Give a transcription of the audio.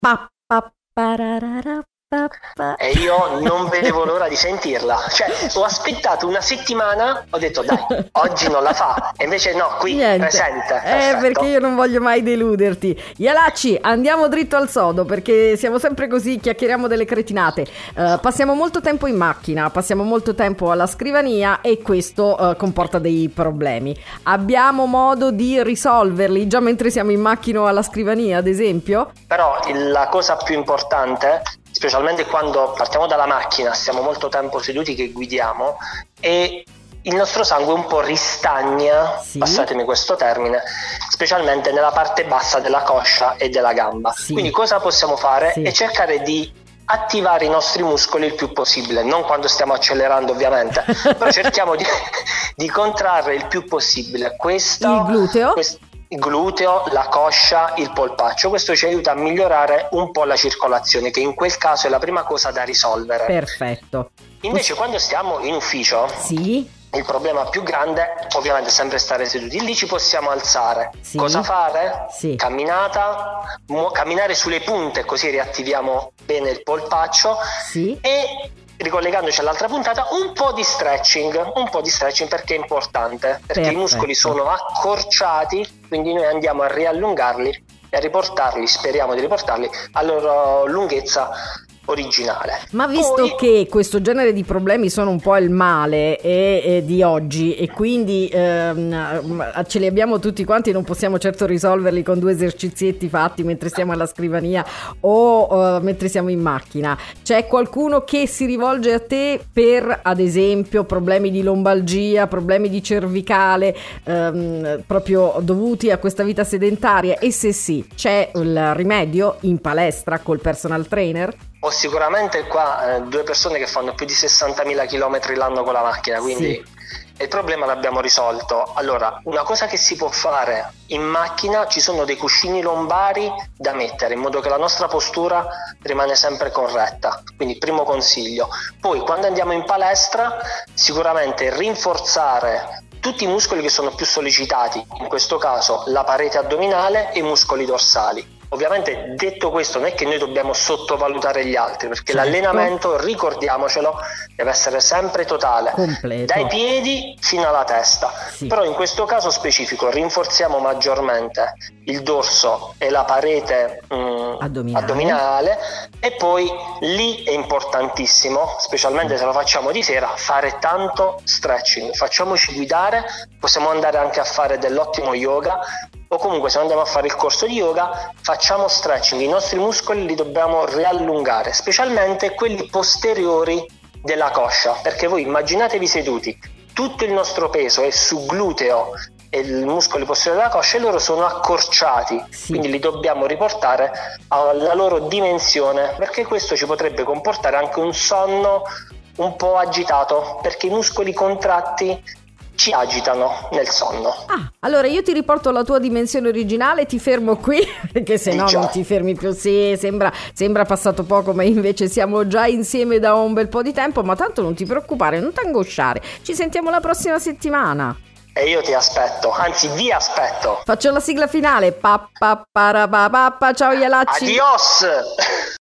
Pa, pa, pararara, pa, pa. E io non vedevo l'ora di sentirla, cioè ho aspettato una settimana, ho detto dai, oggi non la fa, e invece no, qui Niente. presente, perfetto. Perché io non voglio mai deluderti. Ialacci, andiamo dritto al sodo, perché siamo sempre così, chiacchieriamo delle cretinate. Passiamo molto tempo in macchina, passiamo molto tempo alla scrivania e questo comporta dei problemi. Abbiamo modo di risolverli già mentre siamo in macchina o alla scrivania, ad esempio? Però la cosa più importante, specialmente quando partiamo dalla macchina, stiamo molto tempo seduti che guidiamo e il nostro sangue un po' ristagna, Sì. passatemi questo termine, specialmente nella parte bassa della coscia e della gamba. Sì. Quindi cosa possiamo fare? Sì. È cercare di attivare i nostri muscoli il più possibile, non quando stiamo accelerando ovviamente, però cerchiamo di contrarre il più possibile Il gluteo? il gluteo, la coscia, il polpaccio. Questo ci aiuta a migliorare un po' la circolazione, che in quel caso è la prima cosa da risolvere. Perfetto. Invece quando stiamo in ufficio, Sì, il problema più grande ovviamente è sempre stare seduti. Lì ci possiamo alzare. Sì. Cosa fare? Sì. Camminata, camminare sulle punte, così riattiviamo bene il polpaccio. sì. E ricollegandoci all'altra puntata, un po' di stretching perché è importante, perché i muscoli sono accorciati, quindi noi andiamo a riallungarli e a riportarli, speriamo di riportarli alla loro lunghezza originale. Ma visto che questo genere di problemi sono un po' il male di oggi e quindi ce li abbiamo tutti quanti, non possiamo certo risolverli con 2 esercizietti fatti mentre stiamo alla scrivania o mentre siamo in macchina, c'è qualcuno che si rivolge a te per, ad esempio, problemi di lombalgia, problemi di cervicale proprio dovuti a questa vita sedentaria, e se sì, c'è il rimedio in palestra col personal trainer? Ho sicuramente qua 2 persone che fanno più di 60.000 km l'anno con la macchina, quindi il problema l'abbiamo risolto. Allora, una cosa che si può fare in macchina, ci sono dei cuscini lombari da mettere in modo che la nostra postura rimane sempre corretta, quindi primo consiglio. Poi quando andiamo in palestra, sicuramente rinforzare tutti i muscoli che sono più sollecitati, in questo caso la parete addominale e i muscoli dorsali. Ovviamente, detto questo, non è che noi dobbiamo sottovalutare gli altri, perché l'allenamento, ricordiamocelo, deve essere sempre totale, completo, dai piedi fino alla testa. Sì. Però in questo caso specifico rinforziamo maggiormente il dorso e la parete addominale, e poi lì è importantissimo, specialmente se lo facciamo di sera, fare tanto stretching. Facciamoci guidare, possiamo andare anche a fare dell'ottimo yoga, o comunque se andiamo a fare il corso di yoga facciamo stretching. I nostri muscoli li dobbiamo riallungare, specialmente quelli posteriori della coscia, perché voi immaginatevi seduti, tutto il nostro peso è su gluteo e i muscoli posteriori della coscia, e loro sono accorciati, quindi li dobbiamo riportare alla loro dimensione, perché questo ci potrebbe comportare anche un sonno un po' agitato, perché i muscoli contratti ci agitano nel sonno. Allora io ti riporto alla tua dimensione originale, ti fermo qui perché se no non ti fermi più. Sì, sembra passato poco, ma invece siamo già insieme da un bel po' di tempo. Ma tanto non ti preoccupare, non ti angosciare, ci sentiamo la prossima settimana. E io ti aspetto, anzi vi aspetto. Faccio la sigla finale. Ciao Ialacci. Adios.